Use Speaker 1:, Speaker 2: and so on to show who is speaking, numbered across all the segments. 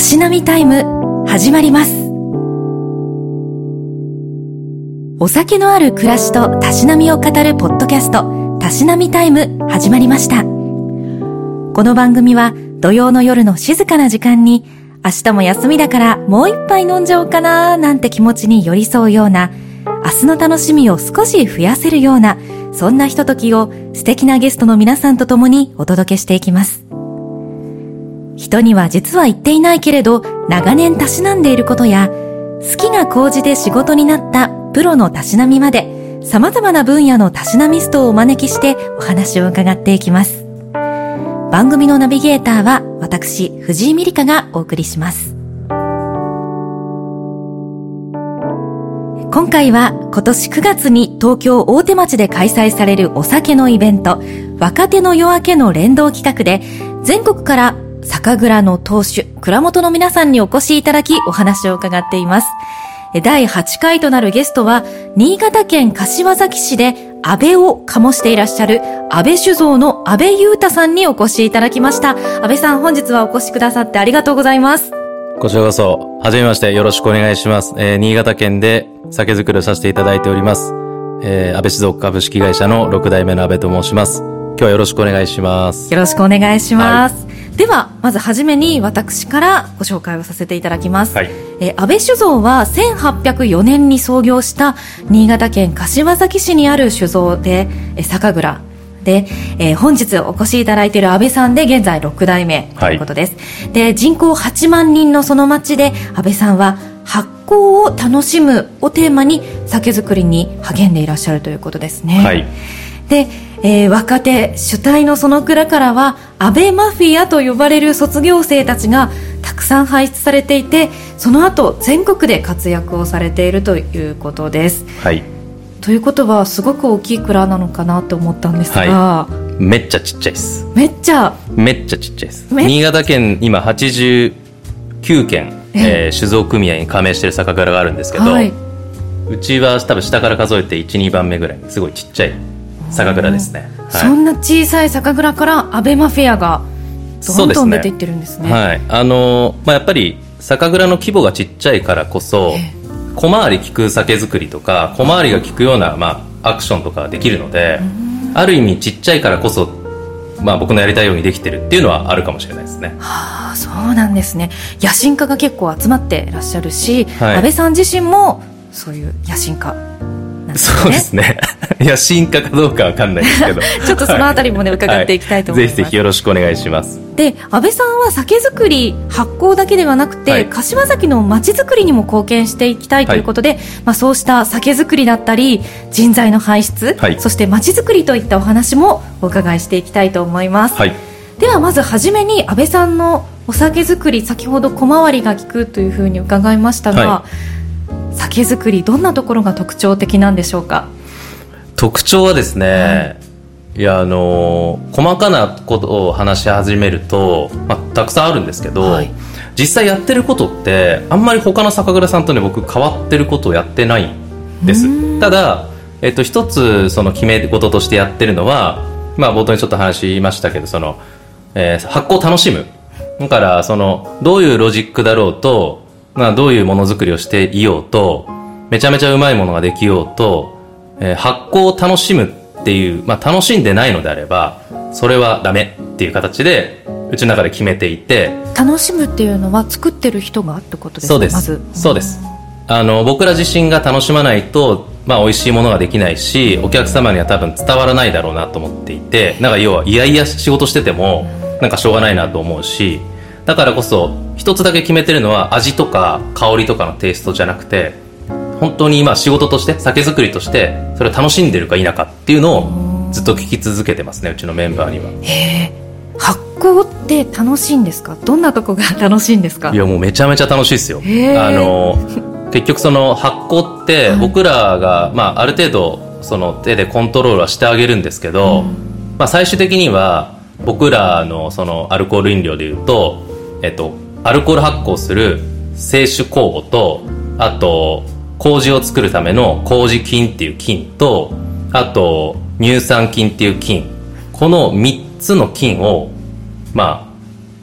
Speaker 1: しなみタイム始まります。お酒のある暮らしとたしなみを語るポッドキャスト、たしなみタイム始まりました。この番組は土曜の夜の静かな時間に、明日も休みだからもう一杯飲んじゃおうかななんて気持ちに寄り添うような、明日の楽しみを少し増やせるような、そんなひとときを素敵なゲストの皆さんと共にお届けしていきます。人には実は言っていないけれど長年たしなんでいることや、好きが高じて仕事になったプロのたしなみまで、様々な分野のたしなミストをお招きしてお話を伺っていきます。番組のナビゲーターは私藤井美里香がお送りします。今回は今年9月に東京大手町で開催されるお酒のイベント、若手の夜明けの連動企画で、全国から酒蔵の当主、蔵元の皆さんにお越しいただきお話を伺っています。第8回となるゲストは、新潟県柏崎市で安倍を醸していらっしゃる安倍酒造の安倍裕太さんにお越しいただきました。安倍さん、本日はお越しくださってありがとうございます。
Speaker 2: こちらこそ、はじめましてよろしくお願いします。新潟県で酒造りをさせていただいております。安倍酒造株式会社の6代目の安倍と申します。今日はよろしくお願いします。
Speaker 1: よろしくお願いします。はい、ではまずはじめに私からご紹介をさせていただきます。はい、安倍酒造は1804年に創業した新潟県柏崎市にある酒造で酒蔵で、本日お越しいただいている安倍さんで現在6代目ということです。はい、で、人口8万人のその町で安倍さんは発酵を楽しむをテーマに酒造りに励んでいらっしゃるということですね。はい、で、若手主体のその蔵からは安倍マフィアと呼ばれる卒業生たちがたくさん輩出されていて、その後全国で活躍をされているということです。はい、ということはすごく大きい蔵なのかなと思ったんですが、
Speaker 2: はい、めっちゃちっちゃいです。
Speaker 1: めっちゃ
Speaker 2: ちっちゃいです。新潟県今89軒、酒造組合に加盟している酒蔵があるんですけど、はい、うちは多分下から数えて 1,2 番目ぐらい、すごいちっちゃい酒蔵ですね。はい、
Speaker 1: そんな小さい酒蔵から安倍マフィアがどんどん出ていってるんですね。
Speaker 2: はい、やっぱり酒蔵の規模がちっちゃいからこそ、小回り利く酒造りとか小回りが利くような、アクションとかができるので、ある意味ちっちゃいからこそ、僕のやりたいようにできてるっていうのはあるかもしれないですね。
Speaker 1: はあ、そうなんですね。野心家が結構集まっていらっしゃるし、
Speaker 2: はい、
Speaker 1: 安倍さん自身もそういう野心家なんですね。
Speaker 2: そうですね。野心家かどうかわかんないですけど
Speaker 1: ちょっとそのあたりもね、伺っていきたいと思います。
Speaker 2: ぜひぜひよろしくお願いします。
Speaker 1: で、安倍さんは酒造り発酵だけではなくて、はい、柏崎の町づくりにも貢献していきたいということで、はい、そうした酒造りだったり人材の輩出、はい、そして町づくりといったお話もお伺いしていきたいと思います。はい、ではまずはじめに安倍さんのお酒造り、先ほど小回りが利くというふうに伺いましたが、はい、酒造りどんなところが特徴的なんでしょうか？
Speaker 2: 特徴はですね、いや細かなことを話し始めると、たくさんあるんですけど、はい、実際やってることってあんまり他の酒蔵さんとね、僕変わってることをやってないんです。ただ、一つその決め事としてやってるのは、冒頭にちょっと話しましたけど、その、発酵を楽しむ。だからどういうロジックだろうと、どういうものづくりをしていようと、めちゃめちゃうまいものができようと、発酵を楽しむっていう、楽しんでないのであればそれはダメっていう形でうちの中で決めていて。
Speaker 1: 楽しむっていうのは作ってる人がってことですか？
Speaker 2: そうです、まずそうです。僕ら自身が楽しまないと、美味しいものができないし、お客様には多分伝わらないだろうなと思っていて、要はいやいや仕事しててもしょうがないなと思うし、だからこそ一つだけ決めてるのは、味とか香りとかのテイストじゃなくて、本当に今仕事として、酒造りとしてそれを楽しんでるか否かっていうのをずっと聞き続けてますね、うちのメンバーには。
Speaker 1: 発酵って楽しいんですか？どんなとこが楽しいんですか？
Speaker 2: いや、もうめちゃめちゃ楽しいですよ。結局その発酵って僕らが、ある程度その手でコントロールはしてあげるんですけど、最終的には僕らのそのアルコール飲料でいうと、アルコール発酵する清酒酵母と、あと麹を作るための麹菌っていう菌と、あと乳酸菌っていう菌、この3つの菌を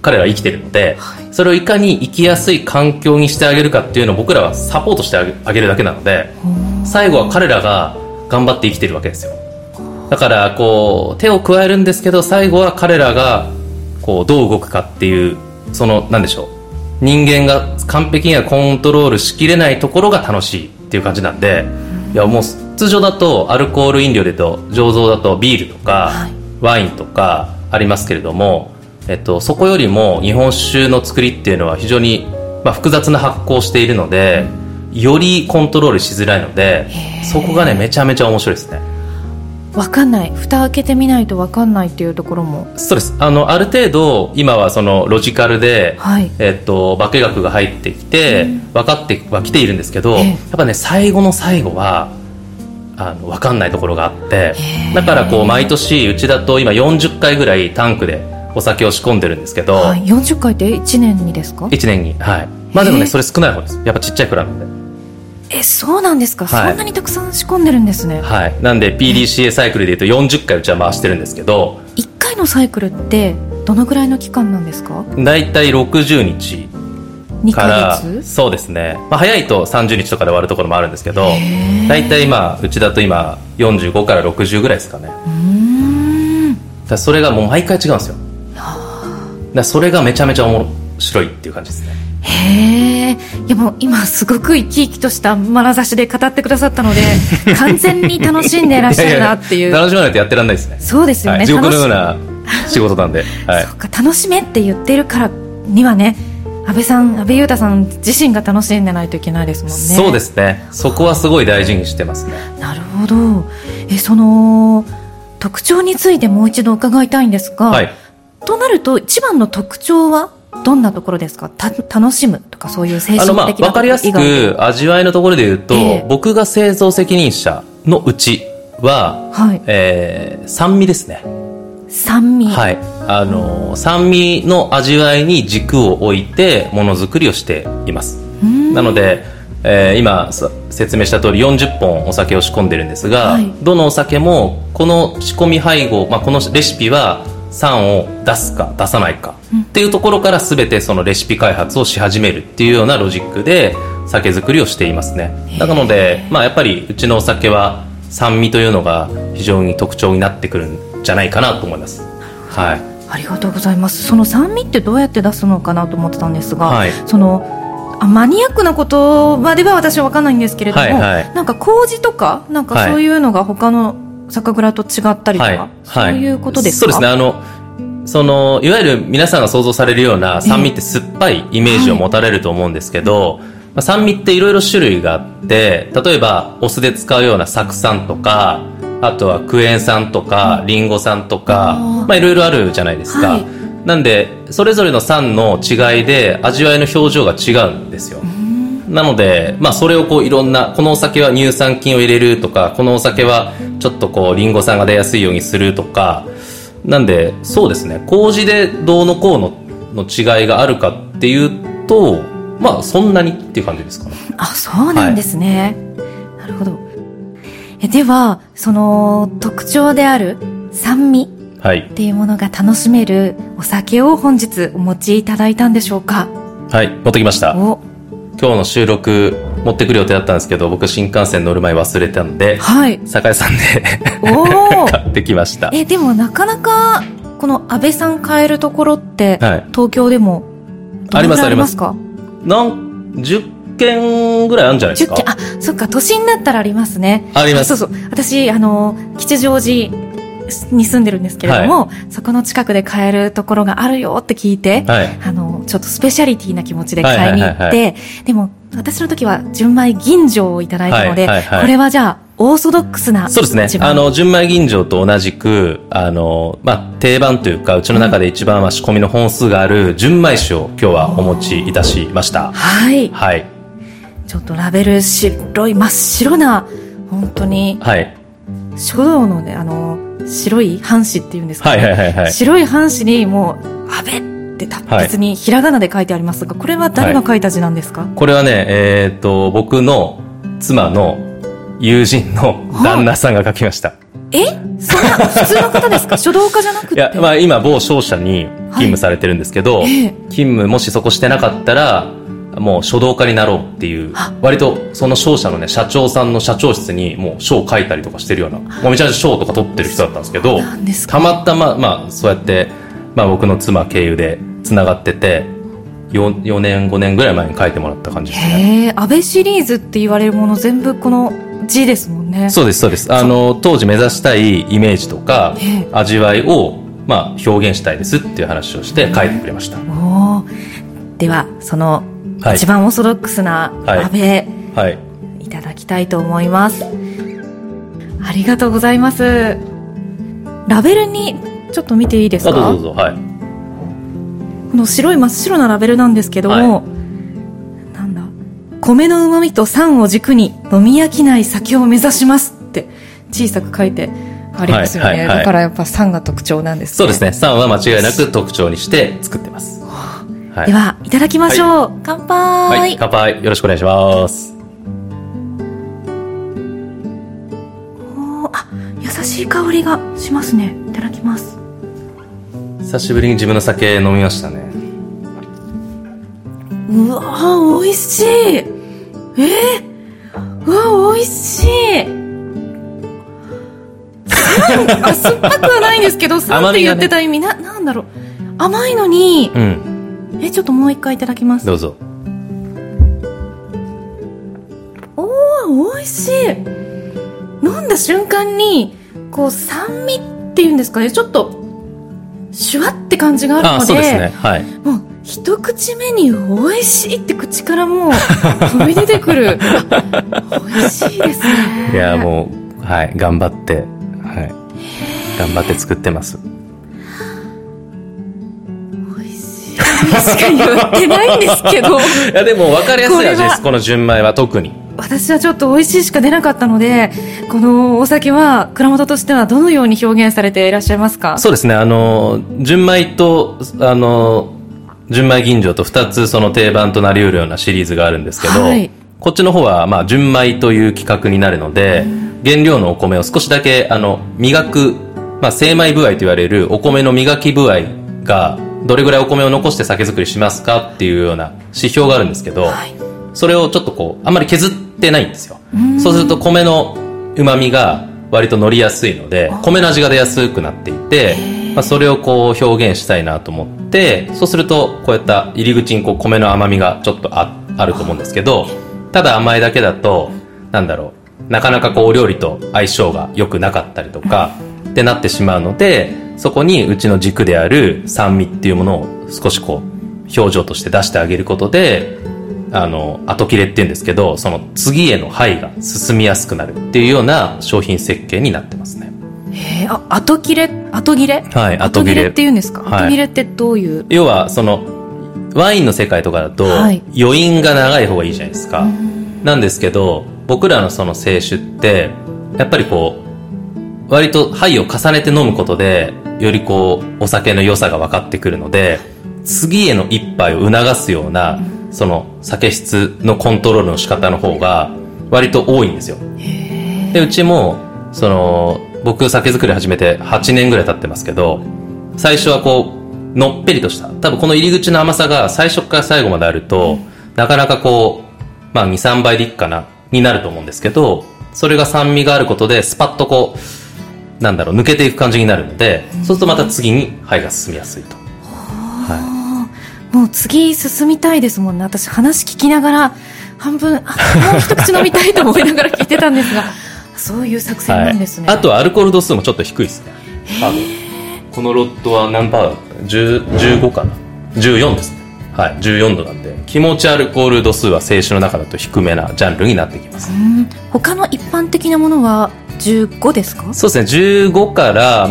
Speaker 2: 彼らは生きてるので、それをいかに生きやすい環境にしてあげるかっていうのを僕らはサポートしてあげるだけなので、最後は彼らが頑張って生きてるわけですよ。だからこう手を加えるんですけど、最後は彼らがこうどう動くかっていう、そのなんでしょう、人間が完璧にはコントロールしきれないところが楽しいっていう感じなんで、いやもう通常だとアルコール飲料でと醸造だとビールとか、ワインとかありますけれども、そこよりも日本酒の作りっていうのは非常に、複雑な発酵をしているので、よりコントロールしづらいので、そこがねめちゃめちゃ面白いですね。
Speaker 1: 分かんない、蓋開けてみないと分かんないっていうところも。
Speaker 2: そうです。ある程度今はそのロジカルで、化学が入ってきて、分かってはきているんですけど、やっぱね最後の最後は分かんないところがあって、だからこう毎年うちだと今40回ぐらいタンクでお酒を仕込んでるんですけど、
Speaker 1: 40回って1年にですか
Speaker 2: ？1年に、はい。でもねそれ少ない方です。やっぱちっちゃい蔵なんで。
Speaker 1: そうなんですか、そんなにたくさん仕込んでるんですね。
Speaker 2: はい。なんで PDCA サイクルでいうと40回うちは回してるんですけど、
Speaker 1: 1回のサイクルってどのぐらいの期間なんですか？
Speaker 2: だいたい60日から
Speaker 1: 2ヶ月？
Speaker 2: そうですね、早いと30日とかで終わるところもあるんですけど、だいたいうちだと今45から60ぐらいですかね。だそれがもう毎回違うんですよ。だそれがめちゃめちゃ面白いっていう感じですね。
Speaker 1: いやもう今すごく生き生きとした眼差しで語ってくださったので完全に楽しんでいらっしゃるなっていう。
Speaker 2: 楽しまないとやってらんないですね。
Speaker 1: そうですよね、
Speaker 2: 地獄のような仕事なんで、
Speaker 1: そうか、楽しめって言ってるからにはね、安倍裕太さん自身が楽しんでないといけないですもんね。
Speaker 2: そうですね、そこはすごい大事にしてますね。
Speaker 1: なるほど。その特徴についてもう一度伺いたいんですが、となると一番の特徴はどんなところですか？楽しむとかそういう精神的なところ。
Speaker 2: 分かりやすく味わいのところで言うと、僕が製造責任者のうちは、酸味ですね。
Speaker 1: 酸味。
Speaker 2: はい。酸味の味わいに軸を置いてものづくりをしています。なので、今説明した通り40本お酒を仕込んでるんですが、どのお酒もこの仕込み配合、このレシピは酸を出すか出さないかっていうところから全てそのレシピ開発をし始めるっていうようなロジックで酒造りをしていますね。なので、やっぱりうちのお酒は酸味というのが非常に特徴になってくるんじゃないかなと思います。はい。
Speaker 1: ありがとうございます。その酸味ってどうやって出すのかなと思ってたんですが、そのマニアックなことまでは私は分かんないんですけれども、なんか麹とかなんかそういうのが他の酒蔵と違ったりとか、そういうことですか？
Speaker 2: そうですね。いわゆる皆さんが想像されるような酸味って酸っぱいイメージを持たれると思うんですけど、酸味っていろいろ種類があって、例えばお酢で使うような酢酸とか、あとはクエン酸とかリンゴ酸とか、いろいろあるじゃないですか。なんでそれぞれの酸の違いで味わいの表情が違うんですよ。なので、それをこういろんな、このお酒は乳酸菌を入れるとか、このお酒はちょっとこうリンゴ酸が出やすいようにするとか、なんでそうですね、麹でどうのこうの違いがあるかっていうと、そんなにっていう感じですかね。
Speaker 1: そうなんですね。なるほど。ではその特徴である酸味っていうものが楽しめるお酒を本日お持ちいただいたんでしょうか？はい、
Speaker 2: 持ってきました。今日の収録持ってくる予定だったんですけど、僕新幹線乗る前忘れたんで、酒屋さんで買ってきました。
Speaker 1: でもなかなかこの安倍さん買えるところって、東京でもどのぐらいありますか
Speaker 2: ？10軒ぐらいあるんじゃないですか。
Speaker 1: そっか、都心だったらありますね。
Speaker 2: あります。
Speaker 1: そう私吉祥寺に住んでるんですけれども、そこの近くで買えるところがあるよって聞いて、ちょっとスペシャリティな気持ちで買いに行って、でも私の時は純米吟醸をいただいたので、これはじゃあオーソドックスな。
Speaker 2: そうですね。純米吟醸と同じく定番というか、うちの中で一番仕込みの本数がある純米酒を今日はお持ちいたしました。
Speaker 1: ちょっとラベル白い真っ白な本当に書道のね白い半紙っていうんですかね、白い半紙にもう安倍って達筆にひらがなで書いてありますが、これは誰が書いた字なんですか？
Speaker 2: これはね、僕の妻の友人の旦那さんが書きました。
Speaker 1: そんな普通の方ですか？書道家じゃなくて？
Speaker 2: いや、今某商社に勤務されてるんですけど、勤務もしそこしてなかったらもう書道家になろうっていう、割とその商社のね社長さんの社長室にもう書を書いたりとかしてるような、もうめちゃめちゃ賞とか取ってる人だったんですけど、たまたまそうやって、僕の妻経由でつながってて、4年5年ぐらい前に書いてもらった感じですね。
Speaker 1: 安倍シリーズって言われるもの全部この字ですもんね。
Speaker 2: そうですそうです。当時目指したいイメージとか味わいを表現したいですっていう話をして書いてくれました。
Speaker 1: ではその一番オーソドックスな安倍、いただきたいと思います。ありがとうございます。ラベルにちょっと見ていいですか？
Speaker 2: どうぞ。
Speaker 1: この白い真っ白なラベルなんですけども、なんだ、米の旨味と酸を軸に飲み飽きない酒を目指しますって小さく書いてありますよね。だからやっぱ酸が特徴なんですね。
Speaker 2: そうですね。酸は間違いなく特徴にして作ってます。
Speaker 1: ではいただきましょう。乾杯。
Speaker 2: 乾杯。よろしくお願いします。
Speaker 1: 優しい香りがしますね。いただきます。
Speaker 2: 久しぶりに自分の酒飲みましたね。
Speaker 1: うわ美味しい。うわ美味しい。酸っぱくはないんですけど、酸って言ってた意味なんだろう。甘いのに、ちょっともう一回いただきます。
Speaker 2: どうぞ。
Speaker 1: 美味しい。飲んだ瞬間にこう酸味っていうんですかね、ちょっとシュワって感じがあるので、
Speaker 2: そうですね。
Speaker 1: もう一口目に美味しいって口からもう飛び出てくる。美味しいですね。
Speaker 2: いやもう頑張って、頑張って作ってます。
Speaker 1: 美味しいしか言ってないんですけど。
Speaker 2: いやでも分かりやすい味です。この純米は特に。
Speaker 1: 私はちょっと美味しいしか出なかったので、このお酒は蔵元としてはどのように表現されていらっしゃいますか？
Speaker 2: そうですね。純米と純米吟醸と2つその定番となりうるようなシリーズがあるんですけど、こっちの方は純米という企画になるので、原料のお米を少しだけ磨く、精米部合と言われるお米の磨き部合がどれぐらいお米を残して酒造りしますかっていうような指標があるんですけど、それをちょっとあんまり削ってないんですよ。そうすると米の旨味が割と乗りやすいので、米の味が出やすくなっていて、それを表現したいなと思って、そうするとこういった入り口に米の甘みがちょっと あると思うんですけど、ただ甘いだけだとなかなかお料理と相性が良くなかったりとかってなってしまうので、そこにうちの軸である酸味っていうものを少し表情として出してあげることで、後切れっていうんですけど、その次への配が進みやすくなるっていうような商品設計になってますね。
Speaker 1: 後切れ後切れっていうんですか？後切れってどういう？
Speaker 2: 要はワインの世界とかだと、余韻が長い方がいいじゃないですか。なんですけど、僕らのその清酒ってやっぱり割と配を重ねて飲むことでよりお酒の良さが分かってくるので、次への一杯を促すようなその酒質のコントロールの仕方の方が割と多いんですよ。でうちも僕酒造り始めて8年ぐらい経ってますけど、最初はのっぺりとした、多分この入り口の甘さが最初から最後まであると、なかなか2、3倍でいくかなになると思うんですけど、それが酸味があることでスパッと抜けていく感じになるので、そうするとまた次に配が進みやすいと。
Speaker 1: もう次進みたいですもんね。私話聞きながら半分もう一口飲みたいと思いながら聞いてたんですが、そういう作戦なんですね。
Speaker 2: あとはアルコール度数もちょっと低いですね。このロットは何パーだった？ 15 かな、14ですね。14度なんで、気持ちアルコール度数は清酒の中だと低めなジャンルになってきます。
Speaker 1: 他の一般的なものは15ですか？
Speaker 2: そうですね。15から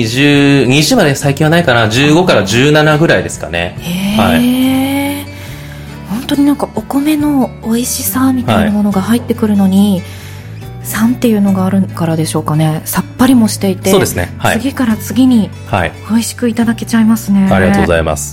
Speaker 2: 20まで最近はないかな。15から17ぐらいですかね。
Speaker 1: 本当にお米の美味しさみたいなものが入ってくるのに、酸っていうのがあるからでしょうかね。さっぱりもしていて、
Speaker 2: そうですね。
Speaker 1: 次から次に美味しくいただけちゃいますね。
Speaker 2: ありがとうございます。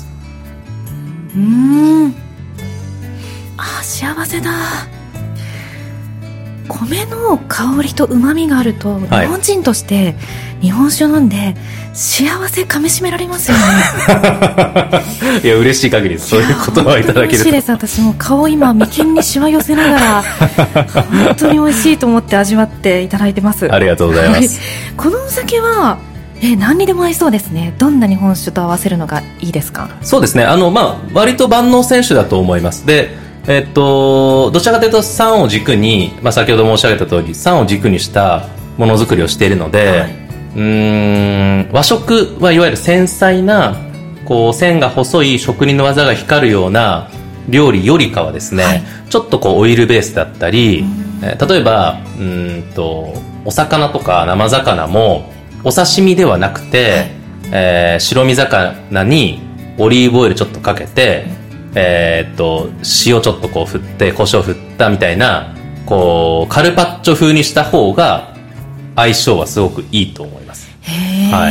Speaker 1: 幸せだ。 米の香りと旨味があると、日本人として日本酒を飲んで幸せかみしめられますよね。
Speaker 2: いや、嬉しい限りです。そういう言葉をいただけると。
Speaker 1: 嬉しいです。私も顔を今眉間にしわ寄せながら本当に美味しいと思って味わっていただいてます。
Speaker 2: ありがとうございます。
Speaker 1: このお酒は何にでも合いそうですね。どんな日本酒と合わせるのがいいですか？
Speaker 2: そうですね、割と万能選手だと思います。で、どちらかというと酸を軸に、先ほど申し上げた通り酸を軸にしたものづくりをしているので、和食はいわゆる繊細なこう線が細い職人の技が光るような料理よりかはですね、ちょっとこうオイルベースだったり、例えばお魚とか生魚もお刺身ではなくて、白身魚にオリーブオイルちょっとかけて、塩ちょっとこう振って胡椒振ったみたいなこうカルパッチョ風にした方が相性はすごくいいと思います。
Speaker 1: はい、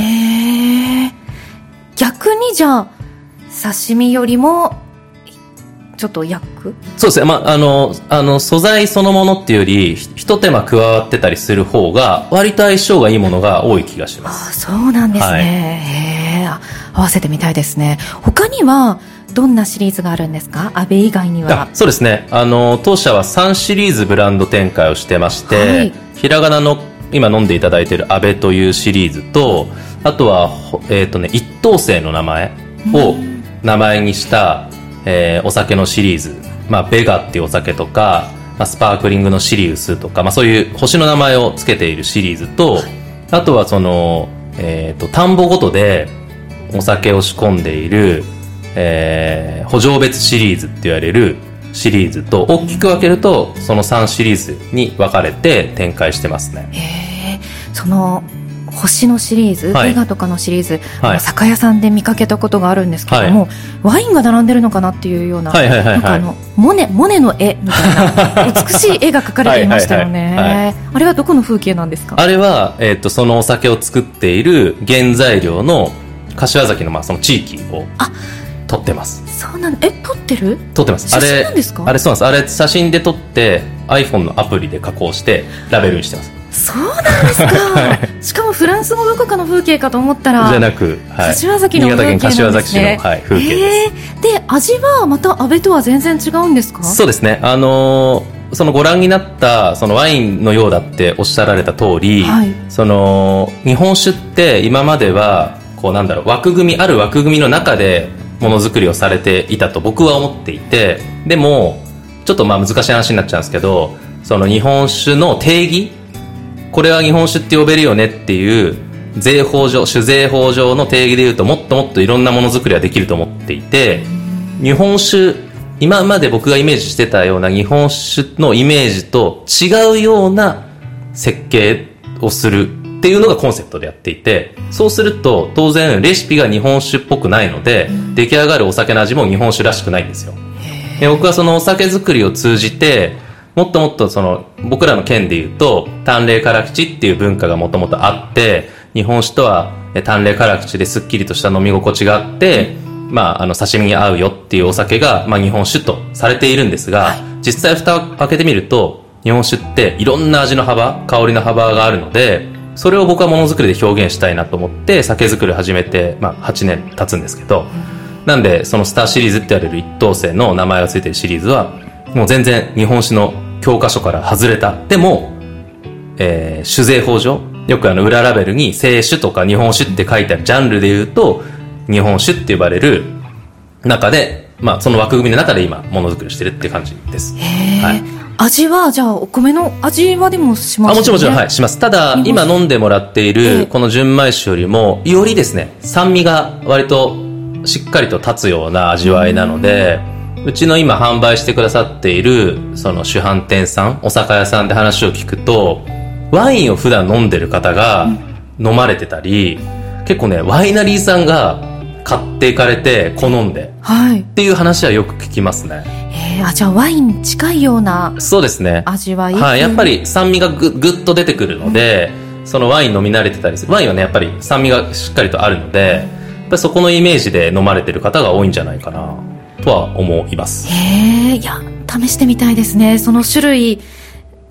Speaker 1: 逆にじゃあ刺身よりもちょっと焼く？
Speaker 2: そうですね、素材そのものっていうより一手間加わってたりする方が割と相性がいいものが多い気がします。
Speaker 1: そうなんですね、合わせてみたいですね。他にはどんなシリーズがあるんですか？安倍以外には。
Speaker 2: そうですね、当社は3シリーズブランド展開をしてまして、ひらがなの今飲んでいただいている安倍というシリーズと、あとは、一等星の名前を名前にした、お酒のシリーズ、ベガっていうお酒とか、スパークリングのシリウスとか、そういう星の名前をつけているシリーズと、あとはその、田んぼごとでお酒を仕込んでいる、補助別シリーズって言われるシリーズと大きく分けるとその3シリーズに分かれて展開してますね。
Speaker 1: その星のシリーズ、ベガとかのシリーズ、酒屋さんで見かけたことがあるんですけども、ワインが並んでるのかなっていうような、なんかモネの絵みたいな美しい絵が描かれていましたよね。あれはどこの風景なんですか？あ
Speaker 2: れは、そのお酒を作っている原材料の柏崎の、その地域を撮ってます。
Speaker 1: そうなん撮ってます。
Speaker 2: 写
Speaker 1: 真なんですか？
Speaker 2: あれそうなんです。あれ写真で撮って iPhone のアプリで加工してラベルにしてます。
Speaker 1: そうなんですか。しかもフランスのどこかの風景かと思ったら
Speaker 2: じゃなく、
Speaker 1: 柏崎の風景なんですね。
Speaker 2: 新潟県柏崎市の、風景です。
Speaker 1: で味はまた安倍とは全然違うんですか？
Speaker 2: そうですね、そのご覧になったそのワインのようだっておっしゃられた通り、その日本酒って今まではこうある枠組みの中でものづくりをされていたと僕は思っていて、でもちょっと難しい話になっちゃうんですけど、その日本酒の定義、これは日本酒って呼べるよねっていう酒税法上の定義でいうともっともっといろんなものづくりはできると思っていて、日本酒今まで僕がイメージしてたような日本酒のイメージと違うような設計をするっていうのがコンセプトでやっていて、そうすると当然レシピが日本酒っぽくないので、出来上がるお酒の味も日本酒らしくないんですよ。で僕はそのお酒作りを通じてもっともっとその僕らの県でいうと淡麗辛口っていう文化がもともとあって、日本酒とは淡麗辛口ですっきりとした飲み心地があって、刺身に合うよっていうお酒が、日本酒とされているんですが、実際蓋を開けてみると日本酒っていろんな味の幅、香りの幅があるので、それを僕はものづくりで表現したいなと思って酒造りを始めて、8年経つんですけど、なんでそのスターシリーズって言われる一等星の名前がついてるシリーズはもう全然日本酒の教科書から外れた。でも、酒税法上よく裏ラベルに清酒とか日本酒って書いてあるジャンルで言うと日本酒って呼ばれる中で、その枠組みの中で今ものづくりしてるって感じです。
Speaker 1: 味はじゃあお米の味はでもしますよね？
Speaker 2: もちろん、します。ただ今飲んでもらっているこの純米酒よりもよりですね、酸味が割としっかりと立つような味わいなので、うちの今販売してくださっているその主販店さん、お酒屋さんで話を聞くと、ワインを普段飲んでる方が飲まれてたり、結構ねワイナリーさんが買っていかれて好んで、っていう話はよく聞きますね。
Speaker 1: じゃあワインに近いような
Speaker 2: そうですね、
Speaker 1: 味わい、
Speaker 2: やっぱり酸味がぐっと出てくるので、そのワイン飲み慣れてたりするワインはねやっぱり酸味がしっかりとあるので、やっぱりそこのイメージで飲まれてる方が多いんじゃないかなとは思います。
Speaker 1: いや試してみたいですね。その種類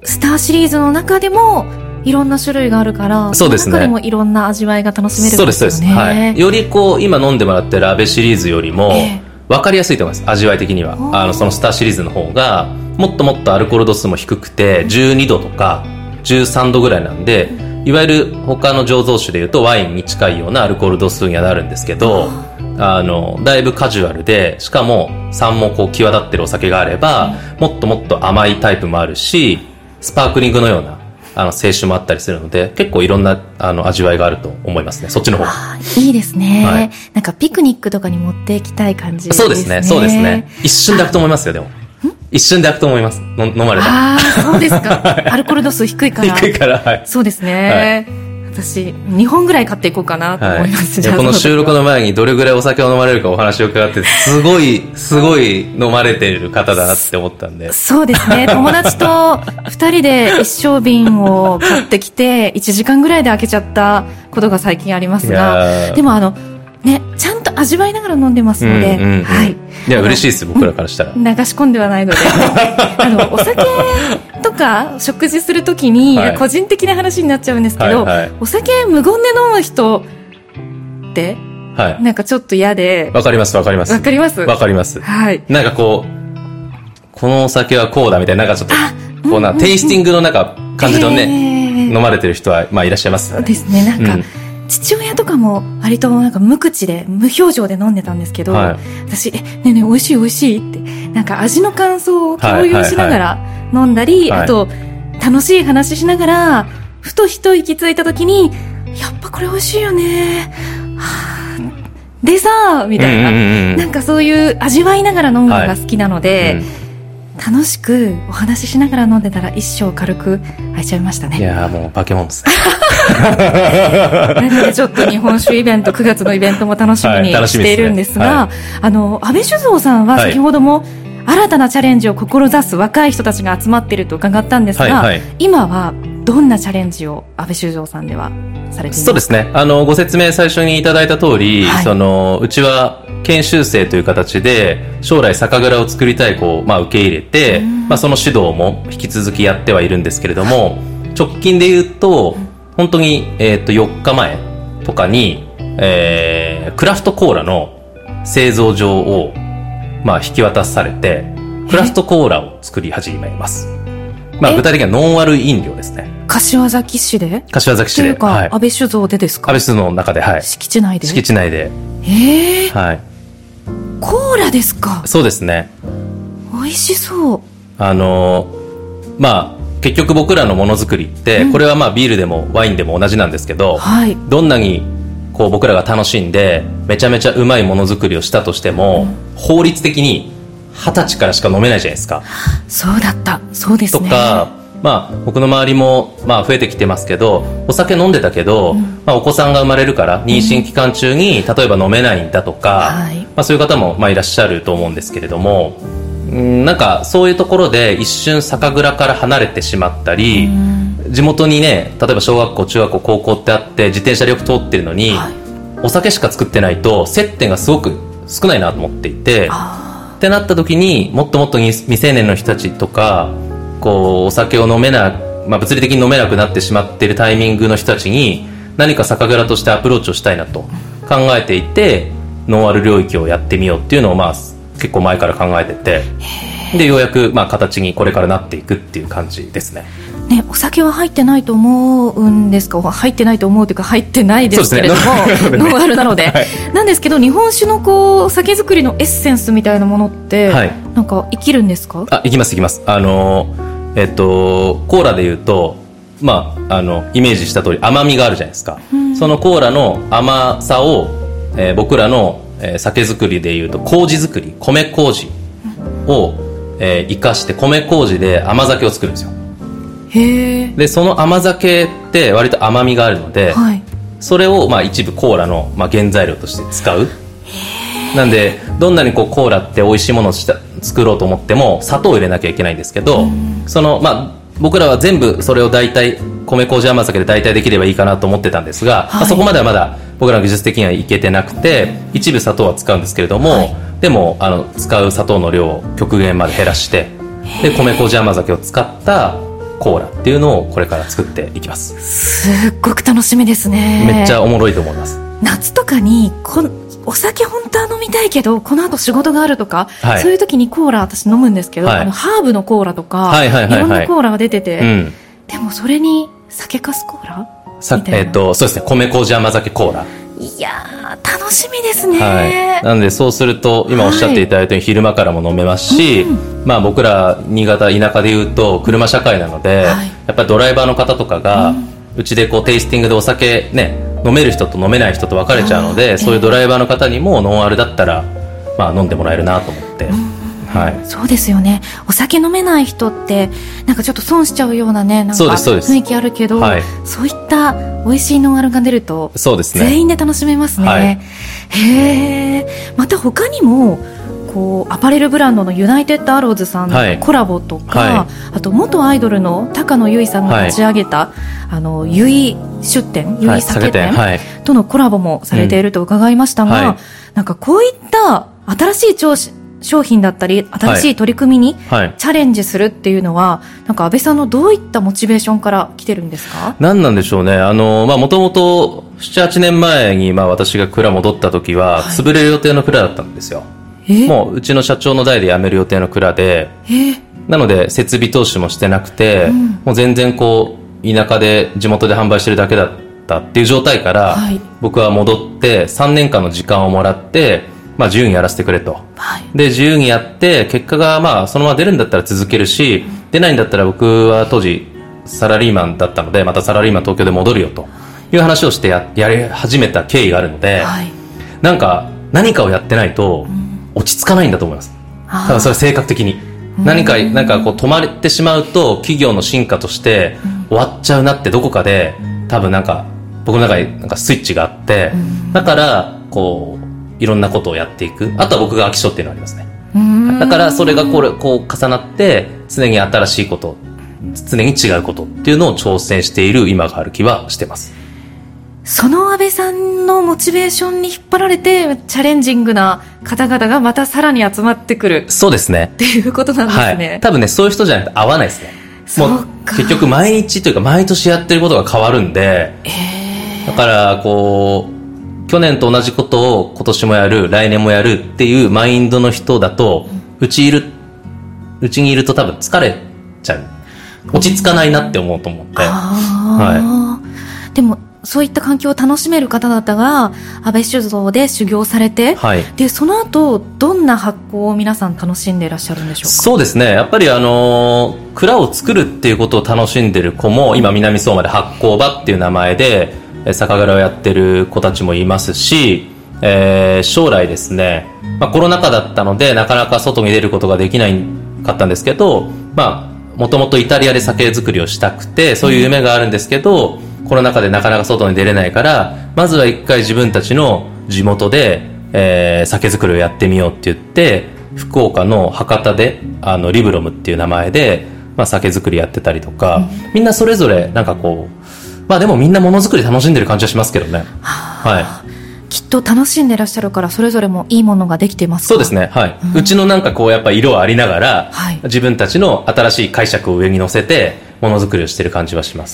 Speaker 1: スターシリーズの中でもいろんな種類があるから、
Speaker 2: そうですね、
Speaker 1: その中でもいろんな味わいが楽しめるんですよね。
Speaker 2: そうです、はい、よりこう今飲んでもらってる安倍シリーズよりも分かりやすいと思います。味わい的にはそのスターシリーズの方がもっともっとアルコール度数も低くて12度とか13度ぐらいなんで、いわゆる他の醸造酒でいうとワインに近いようなアルコール度数にはなるんですけど、だいぶカジュアルで、しかも酸もこう際立ってるお酒があれば、もっともっと甘いタイプもあるし、スパークリングのような清酒もあったりするので、結構いろんな味わいがあると思いますね。そっちの方が
Speaker 1: いいですね、はい、なんかピクニックとかに持っていきたい感じですね。
Speaker 2: そうですね、そうですね。一瞬で開くと思いますよ。でも一瞬で開くと思います。飲まれた。
Speaker 1: そうですか。アルコール度数低いから。
Speaker 2: 低いから、はい。
Speaker 1: そうですね、はい、私2本ぐらい買っていこうかなと思います、
Speaker 2: はい、この収録の前にどれぐらいお酒を飲まれるかお話を伺って、すごい飲まれている方だなって思ったんで。
Speaker 1: そうですね、友達と2人で一升瓶を買ってきて1時間ぐらいで開けちゃったことが最近ありますが、でもね、ちゃんと味わいながら飲んでますので、はい。
Speaker 2: いや、嬉しいです、僕らからしたら。
Speaker 1: 流し込んではないので。お酒とか食事するときに、個人的な話になっちゃうんですけど、お酒無言で飲む人って、なんかちょっと嫌で。
Speaker 2: わかります、わかります。
Speaker 1: わかります。
Speaker 2: わかります。
Speaker 1: はい。
Speaker 2: なんかこのお酒はこうだみたいな、なんかちょっと、こうな、テイスティングのなんか感じのね、飲まれてる人は、まあいらっしゃいますよね。
Speaker 1: そうですね、なんか、父親とかも割となんか無口で無表情で飲んでたんですけど、私ねえねえ美味しい美味しいってなんか味の感想を共有しながら飲んだり、あと楽しい話しながらふと一息ついた時にやっぱこれ美味しいよね、でさみたいな、なんかそういう味わいながら飲むのが好きなので、楽しくお話ししながら飲んでたら一生軽く開いちゃいましたね。
Speaker 2: いやもう化け物ですね。
Speaker 1: なのでちょっと日本酒イベント9月のイベントも楽しみにしているんですが、安倍酒造さんは先ほども新たなチャレンジを志す若い人たちが集まっていると伺ったんですが、今はどんなチャレンジを安倍酒造さんではされていますか？
Speaker 2: そうですね、ご説明最初にいただいた通り、うちは研修生という形で将来酒蔵を作りたい子を、受け入れて、その指導も引き続きやってはいるんですけれども、直近で言うと本当に、4日前とかに、クラフトコーラの製造場を、引き渡されてクラフトコーラを作り始めます。具体的にはノンアル飲料ですね。
Speaker 1: 柏崎市で？
Speaker 2: 柏崎市で。という
Speaker 1: か、安倍酒造でですか？
Speaker 2: 安倍酒造の中で、
Speaker 1: 敷地内で？
Speaker 2: 敷地内で。はい。
Speaker 1: コーラですか？
Speaker 2: そうですね。
Speaker 1: 美味しそう。
Speaker 2: 結局僕らのものづくりって、これはビールでもワインでも同じなんですけど、どんなにこう僕らが楽しんでめちゃめちゃうまいものづくりをしたとしても、法律的に20歳からしか飲めないじゃないですか。
Speaker 1: そうだった。そうですね。
Speaker 2: とか、僕の周りも増えてきてますけど、お酒飲んでたけど、お子さんが生まれるから妊娠期間中に例えば飲めないんだとか、そういう方もいらっしゃると思うんですけれども、なんかそういうところで一瞬酒蔵から離れてしまったり、地元にね、例えば小学校中学校高校ってあって自転車でよく通ってるのに、お酒しか作ってないと接点がすごく少ないなと思っていて、ってなった時にもっともっと未成年の人たちとか、こうお酒を飲めな、物理的に飲めなくなってしまっているタイミングの人たちに何か酒蔵としてアプローチをしたいなと考えていて、ノンアル領域をやってみようっていうのを結構前から考えてて、でようやく形にこれからなっていくっていう感じですね。
Speaker 1: お酒は入ってないと思うんですか？入ってないと思うというか入ってないですけれども、ノンアルなので、なんですけど日本酒の酒造りのエッセンスみたいなものって、なんか生きるんですか？
Speaker 2: 生きます生きます。コーラでいうと、イメージした通り甘みがあるじゃないですか。そのコーラの甘さを、僕らの、酒造りでいうと麹造り、米麹を、生かして米麹で甘酒を作るんですよ。でその甘酒って割と甘みがあるので、それを一部コーラの、原材料として使う。なんでどんなにコーラって美味しいものを作ろうと思っても砂糖を入れなきゃいけないんですけど、僕らは全部それを大体米麹甘酒で大体できればいいかなと思ってたんですが、そこまではまだ僕らの技術的にはいけてなくて、一部砂糖は使うんですけれども、でも使う砂糖の量を極限まで減らして、で米麹甘酒を使ったコーラっていうのをこれから作っていきます。
Speaker 1: すっごく楽しみですね。
Speaker 2: めっちゃおもろいと思います。
Speaker 1: 夏とかにお酒本当は飲みたいけどこの後仕事があるとか、はい、そういう時にコーラ私飲むんですけど、はい、ハーブのコーラとか、はいはいはいはい、いろんなコーラが出てて、うん、でもそれに酒粕コーラみたいな、
Speaker 2: そうですね、米麹甘酒コーラ。
Speaker 1: いやー楽しみですね、
Speaker 2: はい、なのでそうすると今おっしゃっていただいたように昼間からも飲めますし、まあ、僕ら新潟田舎でいうと車社会なので、はい、やっぱりドライバーの方とかが、うちでこうテイスティングでお酒ね飲める人と飲めない人と分かれちゃうので、そういうドライバーの方にもノンアルだったら、まあ、飲んでもらえるなと思って、はい、
Speaker 1: そうですよね。お酒飲めない人ってなんかちょっと損しちゃうようなね、なんか雰囲気あるけど、はい、そういった美味しいノンアルが出るとそうです、ね、全員で楽しめますね、はい、へー。また他にもこうアパレルブランドのユナイテッドアローズさんのコラボとか、はいはい、あと元アイドルの高野由依さんが立ち上げた、はい、由依出店、由依酒店、はい、とのコラボもされていると伺いましたが、はい、なんかこういった新しい商品だったり新しい取り組みにチャレンジするっていうのは、はい、なんか安倍さんのどういったモチベーションから来てるんですか？
Speaker 2: 何なんでしょうね。もともと 7,8 年前に、私が蔵戻った時は、はい、潰れる予定の蔵だったんですよ。もううちの社長の代で辞める予定の蔵で、なので設備投資もしてなくて、もう全然こう田舎で地元で販売してるだけだったっていう状態から、はい、僕は戻って3年間の時間をもらって、自由にやらせてくれと、はい、で自由にやって結果がそのまま出るんだったら続けるし、出ないんだったら僕は当時サラリーマンだったのでまたサラリーマン東京で戻るよという話をしてやり始めた経緯があるので、はい、なんか何かをやってないと落ち着かないんだと思います。ただそれは性格的になんかこう止まってしまうと企業の進化として終わっちゃうなってどこかで多分なんか僕の中になんかスイッチがあって、だからこういろんなことをやっていく。あとは僕が飽き性っていうのがありますね。だからそれがこう重なって常に新しいこと常に違うことっていうのを挑戦している今がある気はしてます。
Speaker 1: その安倍さんのモチベーションに引っ張られてチャレンジングな方々がまたさらに集まってくる。
Speaker 2: そうですね。
Speaker 1: っていうことなんですね。
Speaker 2: はい、多分ねそういう人じゃないと合わないですね。もう結局毎日というか毎年やってることが変わるんで、だからこう去年と同じことを今年もやる来年もやるっていうマインドの人だと、うちにいると多分疲れちゃう、落ち着かないなって思うと思って、はい、
Speaker 1: でもそういった環境を楽しめる方々が安倍酒造で修行されて、はい、でその後どんな発酵を皆さん楽しんでいらっしゃるんでしょうか？
Speaker 2: そうですね、やっぱり蔵を作るっていうことを楽しんでる子も今南相馬で発酵場っていう名前で酒蔵をやってる子たちもいますし、将来ですね、コロナ禍だったのでなかなか外に出ることができないかったんですけど、もともとイタリアで酒造りをしたくてそういう夢があるんですけど、コロナ禍でなかなか外に出れないからまずは一回自分たちの地元で、酒造りをやってみようって言って福岡の博多でリブロムっていう名前で、酒造りやってたりとか、みんなそれぞれなんかこうでもみんなものづくり楽しんでる感じはしますけどね。はい、
Speaker 1: きっと楽しんでらっしゃるからそれぞれもいいものができてますか？
Speaker 2: そうですね、はい、うちのなんかこうやっぱ色ありながら、はい、自分たちの新しい解釈を上に乗せてものづくりをしてる感じはします。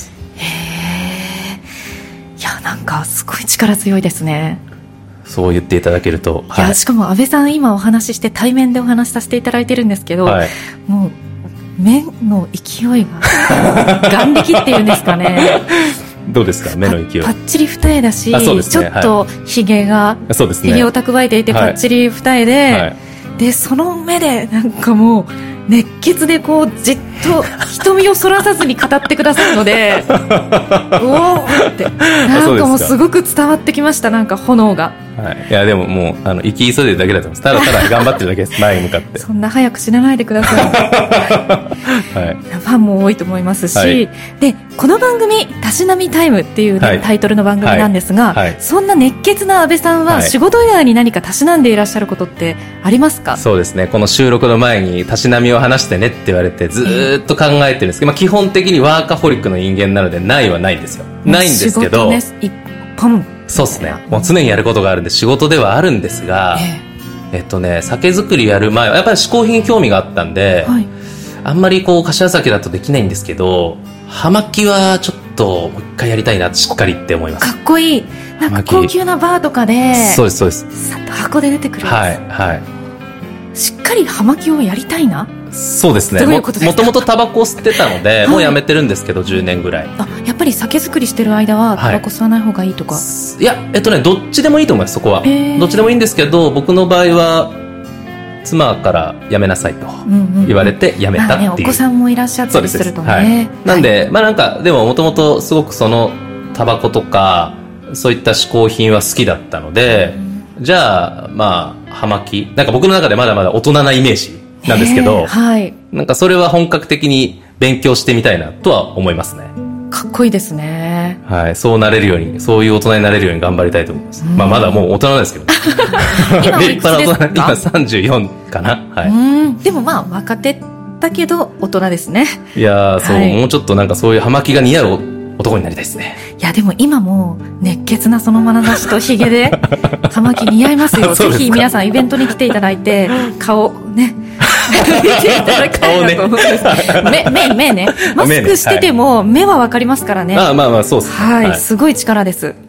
Speaker 1: いやなんかすごい力強いですね。
Speaker 2: そう言っていただけると、
Speaker 1: いやしかも安倍さん今お話しして対面でお話しさせていただいてるんですけど、はい、もう目の勢いが眼力っていうんですかね
Speaker 2: どうですか目の勢い？
Speaker 1: パッチリ二重だし、ね、ちょっとひげが、ひげを蓄えていてパッチリ二重で、はい、でその目でなんかもう熱血でこうじっと瞳をそらさずに語ってくださるのでおーってなんかもうすごく伝わってきました。なんか炎が、
Speaker 2: はい、いやでももう生き急いでるだけだと思います。ただただ頑張ってるだけです前に向かって
Speaker 1: そんな早く死なないでください、はい、ファンも多いと思いますし、はい、でこの番組たしなみタイムっていう、ね、はい、タイトルの番組なんですが、はいはい、そんな熱血な安倍さんは仕事以外に何かたしなんでいらっしゃることってありますか？
Speaker 2: そうですね、この収録の前にたしなみを話してねって言われてずーっと考えてるんですけど、基本的にワーカホリックの人間なのでないはないんですよ。ないんですけど、
Speaker 1: 一本
Speaker 2: そうですね、もう常にやることがあるんで仕事ではあるんですが、酒造りやる前はやっぱり嗜好品に興味があったんで、はい、 あんまりこう柏崎だとできないんですけど、葉巻はちょっともう一回やりたいなしっかりって思います。
Speaker 1: かっこいい。なんか高級なバーとかで
Speaker 2: そうですそうです。
Speaker 1: さっと箱で出てくるやつ。
Speaker 2: はいはい。
Speaker 1: しっかり葉巻をやりたいな。
Speaker 2: そうですね。もともとタバコを吸ってたので、もうやめてるんですけど、10年ぐらい。
Speaker 1: やっぱり酒造りしてる間はタバコ吸わない方がいいとか。
Speaker 2: いや、どっちでもいいと思います、そこは。どっちでもいいんですけど、僕の場合は妻からやめなさいと言われてやめたっていう、
Speaker 1: お子さんもいらっしゃったりするとね、
Speaker 2: なんで、なんかでももともとすごくそのタバコとかそういった嗜好品は好きだったので、じゃあ葉巻なんか僕の中でまだまだ大人なイメージなんですけど、なんかそれは本格的に勉強してみたいなとは思いますね。
Speaker 1: かっこいいですね。
Speaker 2: はい、そうなれるように、そういう大人になれるように頑張りたいと思います。まだもう大人なんですけど
Speaker 1: 今立派な大人、
Speaker 2: 今34かな。はい。
Speaker 1: でも若手だけど大人ですね。
Speaker 2: いやそう、もうちょっとなんかそういう葉巻が似合う男になりたいですね。
Speaker 1: いやでも今も熱血なその眼差しとヒゲで葉巻似合いますよ。ぜひ皆さんイベントに来ていただいて顔ね見ていただきたいなと思うんです。目ね、マスクしてても目はわかりますからね。
Speaker 2: そうですね。
Speaker 1: はい、すごい力です。はい。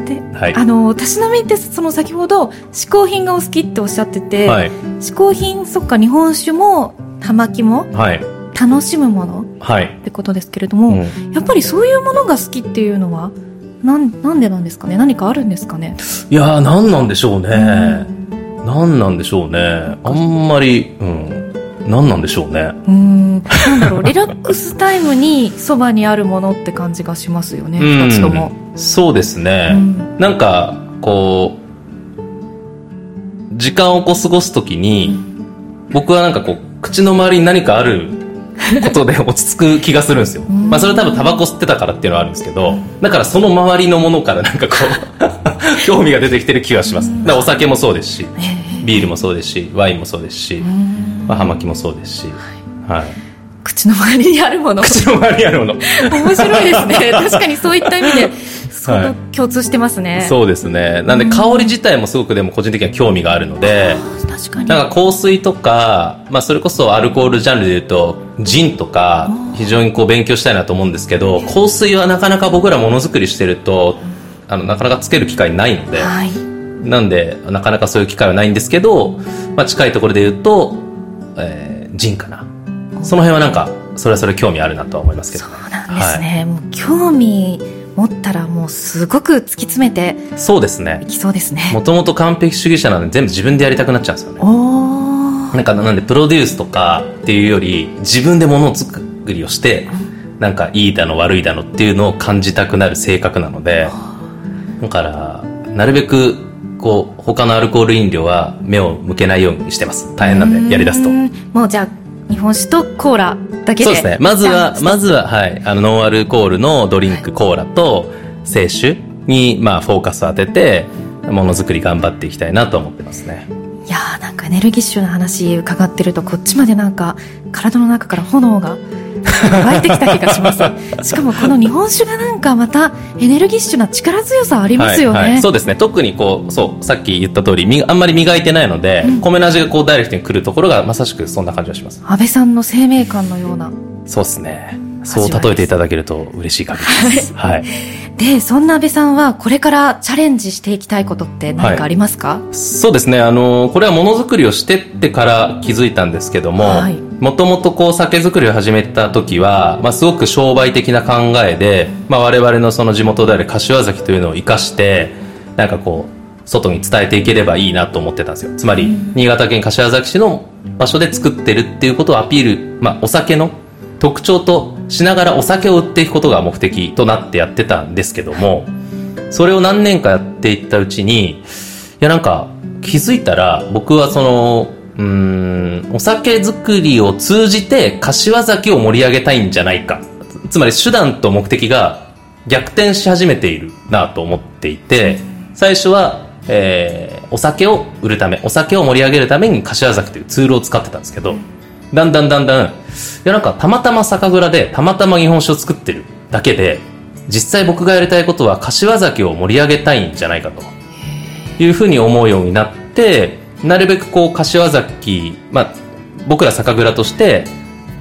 Speaker 1: で、たしなみってその先ほど嗜好品がお好きっておっしゃってて、嗜好品、そっか、日本酒も葉巻も楽しむものってことですけれども、やっぱりそういうものが好きっていうのはなんでなんですかね。何かあるんですかね。
Speaker 2: いやなんなんでしょうね。なんなんでしょうね。あんまり、なんなんでしょうね。
Speaker 1: なんだろう、リラックスタイムにそばにあるものって感じがしますよね、2つとも。
Speaker 2: そうですね。なんか、こう、時間を過ごすときに、僕はなんかこう、口の周りに何かあることで落ち着く気がするんですよ。それ多分タバコ吸ってたからっていうのはあるんですけど、だからその周りのものからなんかこう、興味が出てきてる気がします。だからお酒もそうですし、ビールもそうですし、ワインもそうですし、葉巻もそうですし、
Speaker 1: 口の周りにあるもの。
Speaker 2: 口の周りにあるもの。
Speaker 1: 面白いですね。確かにそういった意味で、共通してますね。
Speaker 2: そうですね。なんで香り自体もすごくでも個人的には興味があるので、
Speaker 1: 確かに。
Speaker 2: なんか香水とか、それこそアルコールジャンルで言うと、ジンとか、非常にこう勉強したいなと思うんですけど、香水はなかなか僕らものづくりしてると、なかなかつける機会ないので、なんで、なかなかそういう機会はないんですけど、近いところで言うと、ジンかな。その辺はなんか、それはそれ興味あるなとは思いますけど。
Speaker 1: そうなんですね。もう興味持ったらもうすごく突き詰めて。
Speaker 2: そうですね。
Speaker 1: いきそうですね。
Speaker 2: もともと完璧主義者なので全部自分でやりたくなっちゃうんですよね。なんでプロデュースとかっていうより、自分で物作りをして、なんかいいだの悪いだのっていうのを感じたくなる性格なので、だから、なるべく、こう、他のアルコール飲料は目を向けないようにしてます。大変なんで、やり出すと。
Speaker 1: もうじゃあ、日本酒とコーラだけで。
Speaker 2: そうですね。まずは、はい。ノンアルコールのドリンク、コーラと、清酒に、フォーカスを当てて、ものづくり頑張っていきたいなと思ってますね。
Speaker 1: いやー、なんかエネルギッシュな話伺ってると、こっちまでなんか、体の中から炎が、湧いてきた気がします。しかもこの日本酒がなんかまたエネルギッシュな力強さありますよね。
Speaker 2: そうですね。特にこう、さっき言った通り、あんまり磨いてないので、米の味がこうダイレクトに来るところがまさしくそんな感じがします。
Speaker 1: 安倍さんの生命感のような。
Speaker 2: そうですね。そう例えていただけると嬉しい限りです。はい。
Speaker 1: で、そんな安倍さんはこれからチャレンジしていきたいことって何かありますか？
Speaker 2: そうですね。これはものづくりをしてってから気づいたんですけども、もともとこう酒造りを始めた時は、すごく商売的な考えで、我々のその地元である柏崎というのを生かして、なんかこう、外に伝えていければいいなと思ってたんですよ。つまり、新潟県柏崎市の場所で作ってるっていうことをアピール、お酒の特徴としながらお酒を売っていくことが目的となってやってたんですけども、それを何年かやっていったうちに、いやなんか気づいたら僕はその、お酒作りを通じて柏崎を盛り上げたいんじゃないか。つまり手段と目的が逆転し始めているなと思っていて、最初は、お酒を売るため、お酒を盛り上げるために柏崎というツールを使ってたんですけど、だんだん、いやなんかたまたま酒蔵でたまたま日本酒を作ってるだけで、実際僕がやりたいことは柏崎を盛り上げたいんじゃないかというふうに思うようになって、なるべくこう柏崎、僕ら酒蔵として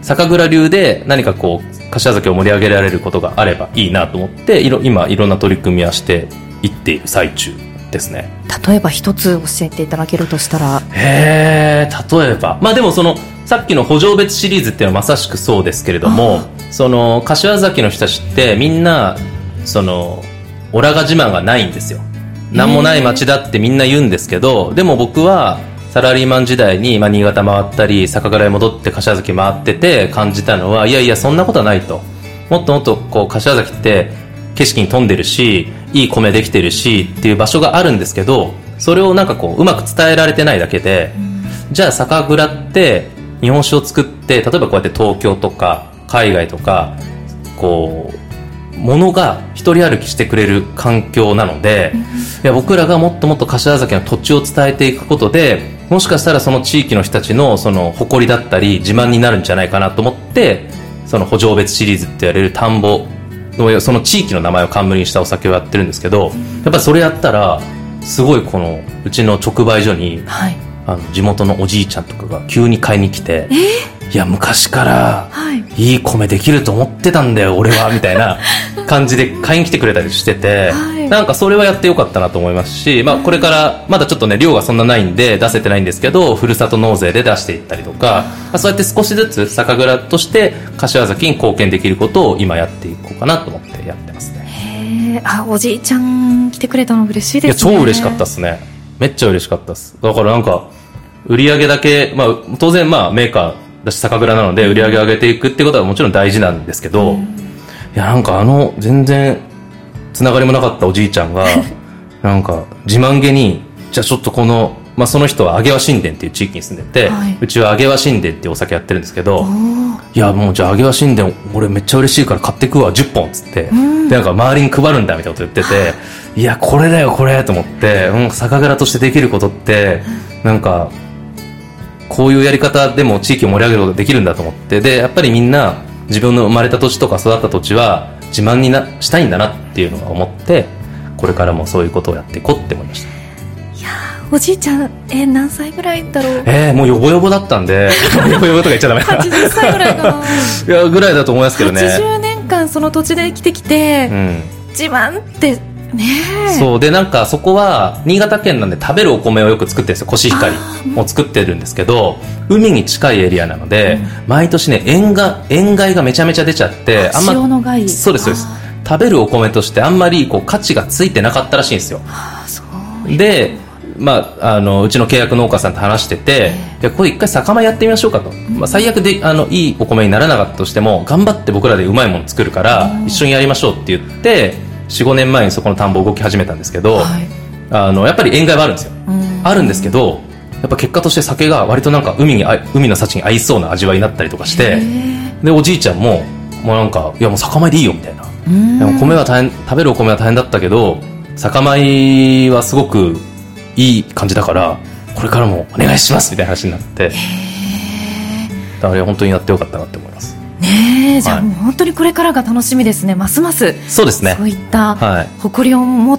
Speaker 2: 酒蔵流で何かこう柏崎を盛り上げられることがあればいいなと思って今いろんな取り組みはしていっている最中ですね。
Speaker 1: 例えば一つ教えていただけるとしたら。
Speaker 2: 例えばでもさっきの補助別シリーズっていうのはまさしくそうですけれども、柏崎の人たちってみんなオラが自慢がないんですよ。なんもない町だってみんな言うんですけど、でも僕はサラリーマン時代に、新潟回ったり酒蔵へ戻って柏崎回ってて感じたのは、いやいやそんなことはないと。もっともっとこう柏崎って景色に富んでるし、いい米できてるしっていう場所があるんですけど、それをなんかこううまく伝えられてないだけで、じゃあ酒蔵って日本酒を作って、例えばこうやって東京とか海外とかこう物が一人歩きしてくれる環境なので、いや僕らがもっともっと柏崎の土地を伝えていくことで、もしかしたらその地域の人たちのその誇りだったり自慢になるんじゃないかなと思って、その補助別シリーズって言われる田んぼのその地域の名前を冠にしたお酒をやってるんですけど、やっぱりそれやったらすごいこのうちの直売所に、地元のおじいちゃんとかが急に買いに来て、いや昔からいい米できると思ってたんだよ俺はみたいな感じで買いに来てくれたりしてて、なんかそれはやってよかったなと思いますし、これからまだちょっとね量がそんなないんで出せてないんですけど、ふるさと納税で出していったりとか、そうやって少しずつ酒蔵として柏崎に貢献できることを今やっていこうかなと思ってやってますね。
Speaker 1: おじいちゃん来てくれたの嬉しいですね。
Speaker 2: いや超嬉しかったですね。めっちゃ嬉しかったです。だからなんか売り上げだけ、当然メーカーだし酒蔵なので売り上げを上げていくってことはもちろん大事なんですけど、いやなんか全然つながりもなかったおじいちゃんがなんか自慢げに、じゃあちょっとこの、その人は揚羽神殿っていう地域に住んでて、うちは揚羽神殿っていうお酒やってるんですけど、いやもうじゃあ揚羽神殿俺めっちゃ嬉しいから買ってくわ10本っつって、でなんか周りに配るんだみたいなこと言ってて、いやこれだよこれと思って、酒蔵としてできることってなんかこういうやり方でも地域を盛り上げることができるんだと思って、でやっぱりみんな自分の生まれた土地とか育った土地は自慢にしたいんだなっていうのを思って、これからもそういうことをやっていこうって思いました。
Speaker 1: いやおじいちゃん何歳ぐらいだろう。
Speaker 2: もうヨボヨボだったんでヨボヨボとか言っちゃダメだ
Speaker 1: 80歳ぐらいかない
Speaker 2: やぐらいだと思いますけどね。
Speaker 1: 80年間その土地で生きてきて、自慢ってね。
Speaker 2: そうでなんかそこは新潟県なんで食べるお米をよく作ってるんですよ。コシヒカリを作ってるんですけど、海に近いエリアなので、毎年ね塩害がめちゃめちゃ出ちゃって、
Speaker 1: 塩の害。
Speaker 2: そうですそうです。食べるお米としてあんまりこう価値がついてなかったらしいんですよ。でうちの契約農家さんと話してて、これ一回酒米やってみましょうかと、最悪でいいお米にならなかったとしても頑張って僕らでうまいもの作るから一緒にやりましょうって言って、4、5年前にそこの田んぼ動き始めたんですけど、やっぱり塩害はあるんですよ。あるんですけど、やっぱ結果として酒が割となんか海の幸に合いそうな味わいになったりとかして、でおじいちゃんもなんかいやもう酒米でいいよみたいな、でも米は大変、食べるお米は大変だったけど酒米はすごくいい感じだからこれからもお願いしますみたいな話になって、だから本当にやってよかったなって思います
Speaker 1: ね。じゃあもう本当にこれからが楽しみですね。ますます
Speaker 2: そうですね。
Speaker 1: そういった誇りを持って、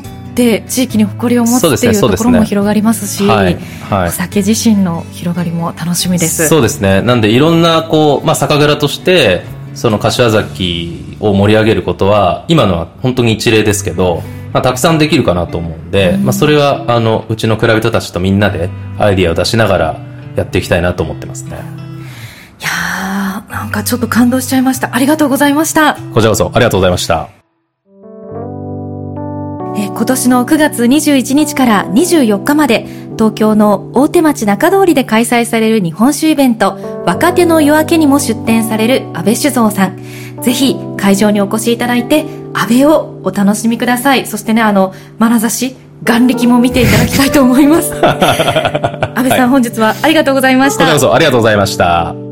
Speaker 1: 地域に誇りを持つっていうところも広がりますし、お酒自身の広がりも楽しみです。
Speaker 2: そうですね。なんでいろんな酒蔵としてその柏崎を盛り上げることは今のは本当に一例ですけど、たくさんできるかなと思うんで、それはうちの蔵人たちとみんなでアイディアを出しながらやっていきたいなと思ってますね。
Speaker 1: いやーなんかちょっと感動しちゃいました。ありがとうございました。
Speaker 2: こちらこそありがとうございました。
Speaker 1: 今年の9月21日から24日まで東京の大手町中通りで開催される日本酒イベント若手の夜明けにも出展される安倍酒造さん、ぜひ会場にお越しいただいて安倍をお楽しみください。そしてね眼差し眼力も見ていただきたいと思います安倍さん、本日はありがとうございました。
Speaker 2: こちらこそありがとうございました。